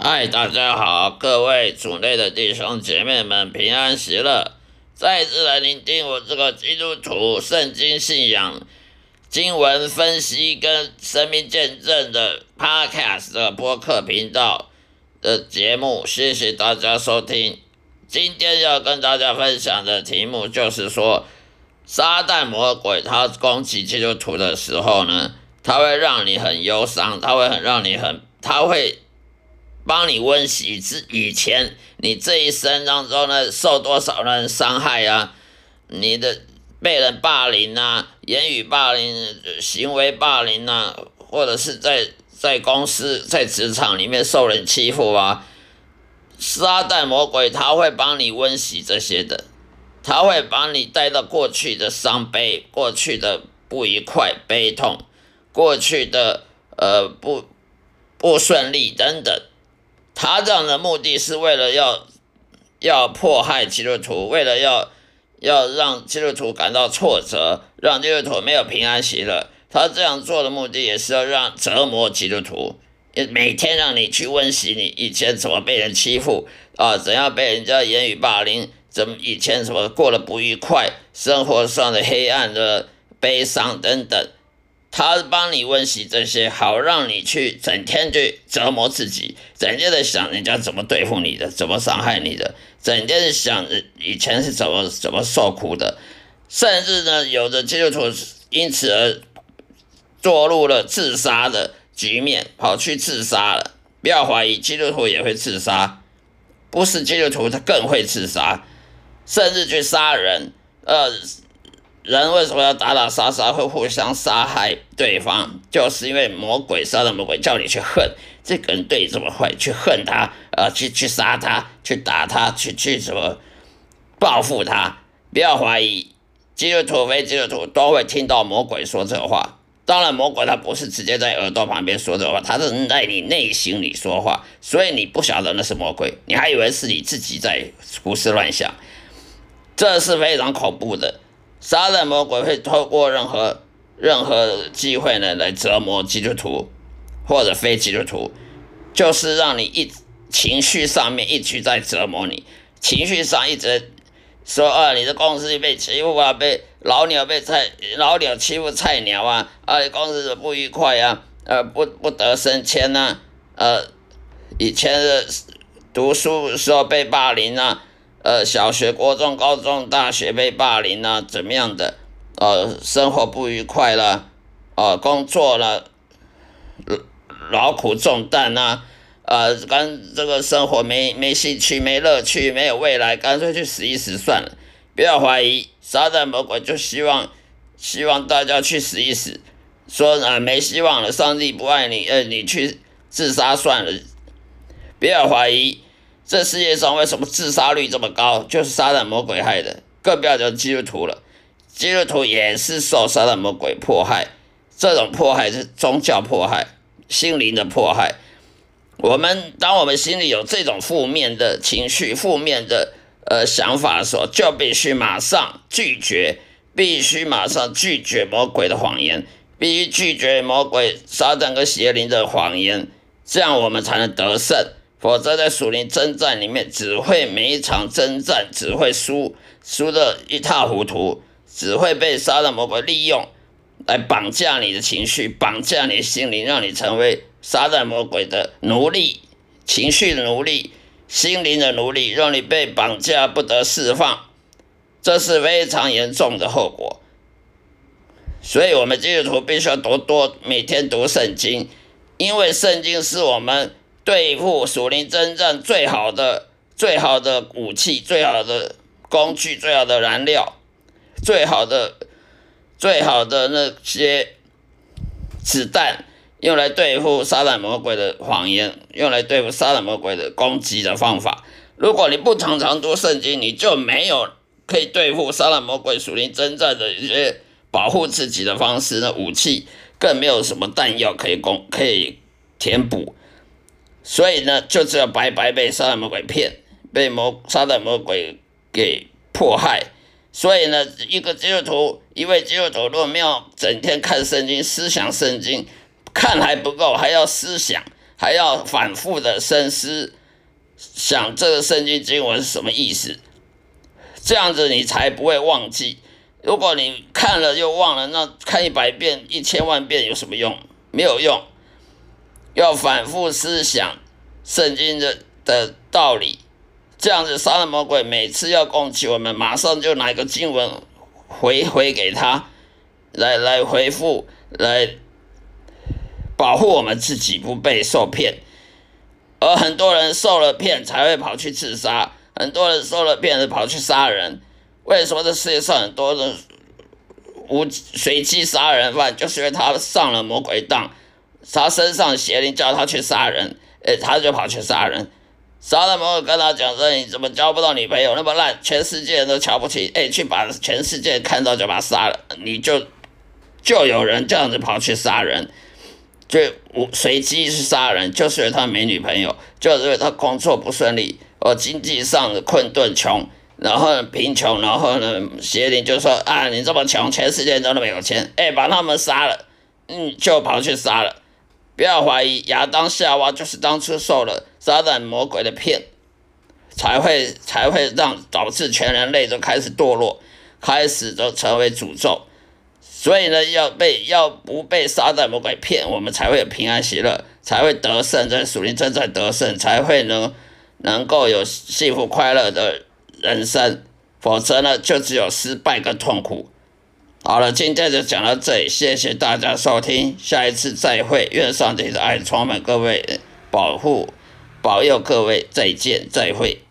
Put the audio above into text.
嗨，大家好，各位主内的弟兄姐妹们平安喜乐，再次来聆听我这个基督徒圣经信仰、经文分析跟生命见证的 Podcast 的播客频道的节目，谢谢大家收听。今天要跟大家分享的题目就是说，撒旦魔鬼他攻击基督徒的时候呢，他会让你很忧伤，他会帮你温习以前你这一生当中呢受多少人伤害啊，你的被人霸凌啊，言语霸凌、行为霸凌啊，或者是在公司、在职场里面受人欺负啊，撒旦魔鬼他会帮你温习这些的，他会把你带到过去的伤悲、过去的不愉快、悲痛、过去的不顺利等等。他这样的目的是为了要迫害基督徒，为了要让基督徒感到挫折，让基督徒没有平安喜乐。他这样做的目的也是要折磨基督徒，每天让你去温习你以前怎么被人欺负啊，怎样被人家言语霸凌，怎么以前怎么过得不愉快，生活上的黑暗的悲伤等等。他帮你温习这些，好让你去整天去折磨自己，整天的想人家怎么对付你的，怎么伤害你的，整天的想以前是怎么受苦的，甚至呢，有的基督徒因此而堕入了自杀的局面，跑去自杀了。不要怀疑，基督徒也会自杀，不是基督徒他更会自杀，甚至去杀人。人为什么要打打杀杀，会互相杀害对方？就是因为撒旦魔鬼叫你去恨这个人对你这么坏，去恨他，去杀他，去打他，去什么报复他。不要怀疑，基督徒非基督徒都会听到魔鬼说这话。当然，魔鬼他不是直接在耳朵旁边说这话，他是在你内心里说话，所以你不晓得那是魔鬼，你还以为是你自己在胡思乱想，这是非常恐怖的。撒旦魔鬼会透过任何机会呢来折磨基督徒或者非基督徒，就是让你情绪上面一直在折磨你，情绪上一直说你的公司被欺负啊，被老鸟欺负菜鸟啊，你公司的不愉快啊，不得升迁啊，以前的读书时候被霸凌啊。小学、国中、高中、大学被霸凌啊，怎么样的？生活不愉快啦，工作了，劳苦重担啊，跟这个生活没兴趣、没乐趣、没有未来，干脆去死一死算了。不要怀疑，撒旦魔鬼就希望大家去死一死，说没希望了，上帝不爱你，你去自杀算了。不要怀疑。这世界上为什么自杀率这么高？就是撒旦魔鬼害的，更不要讲基督徒了。基督徒也是受撒旦魔鬼迫害，这种迫害是宗教迫害、心灵的迫害。当我们心里有这种负面的情绪、负面的想法的时候，就必须马上拒绝魔鬼的谎言，必须拒绝魔鬼、撒旦跟邪灵的谎言，这样我们才能得胜。否则在属灵征战里面，每一场征战只会输得一塌糊涂，只会被撒旦魔鬼利用来绑架你的情绪，绑架你的心灵，让你成为撒旦魔鬼的奴隶，情绪的奴隶，心灵的奴隶，让你被绑架不得释放，这是非常严重的后果。所以我们基督徒必须要每天读圣经，因为圣经是我们对付属灵征战最好的武器、最好的工具、最好的燃料、最好的那些子弹，用来对付撒旦魔鬼的谎言，用来对付撒旦魔鬼的攻击的方法。如果你不常常读圣经，你就没有可以对付撒旦魔鬼属灵征战的一些保护自己的方式的武器，更没有什么弹药可以填补。所以呢，就只有白白被撒旦魔鬼骗，被撒旦魔鬼给迫害。所以呢，一位基督徒如果没有整天看圣经、思想圣经，看还不够，还要思想， 还要反复的深思，想这个圣经经文是什么意思，这样子你才不会忘记。如果你看了又忘了，那看100遍、1000万遍有什么用？没有用。要反复思想圣经的道理，这样子撒旦魔鬼每次要攻击我们，马上就拿一个经文回给他，来回复，来保护我们自己不被受骗。而很多人受了骗才会跑去自杀，很多人受了骗才跑去杀人。为什么这世界上很多人随机杀人犯，就是因为他上了魔鬼当，他身上邪灵叫他去杀人，他就跑去杀人。撒旦魔鬼跟他讲说：“你怎么交不到女朋友那么烂，全世界人都瞧不起，去把全世界看到就把他杀了。”你就有人这样子跑去杀人，就随机去杀人，就是因为他没女朋友，就是因为他工作不顺利，经济上的困顿穷。然后贫穷，然后呢，邪灵就说啊，你这么穷，全世界人都那么有钱，把他们杀了，就跑去杀了。不要怀疑，亚当夏娃就是当初受了撒旦魔鬼的骗，才会导致全人类都开始堕落，开始都成为诅咒。所以呢，要不被撒旦魔鬼骗，我们才会有平安喜乐，才会得胜，在属灵征战得胜，才会能够有幸福快乐的人生，否则呢，就只有失败跟痛苦。好了，今天就讲到这里，谢谢大家收听，下一次再会，愿上帝的爱充满各位，保佑各位，再见，再会。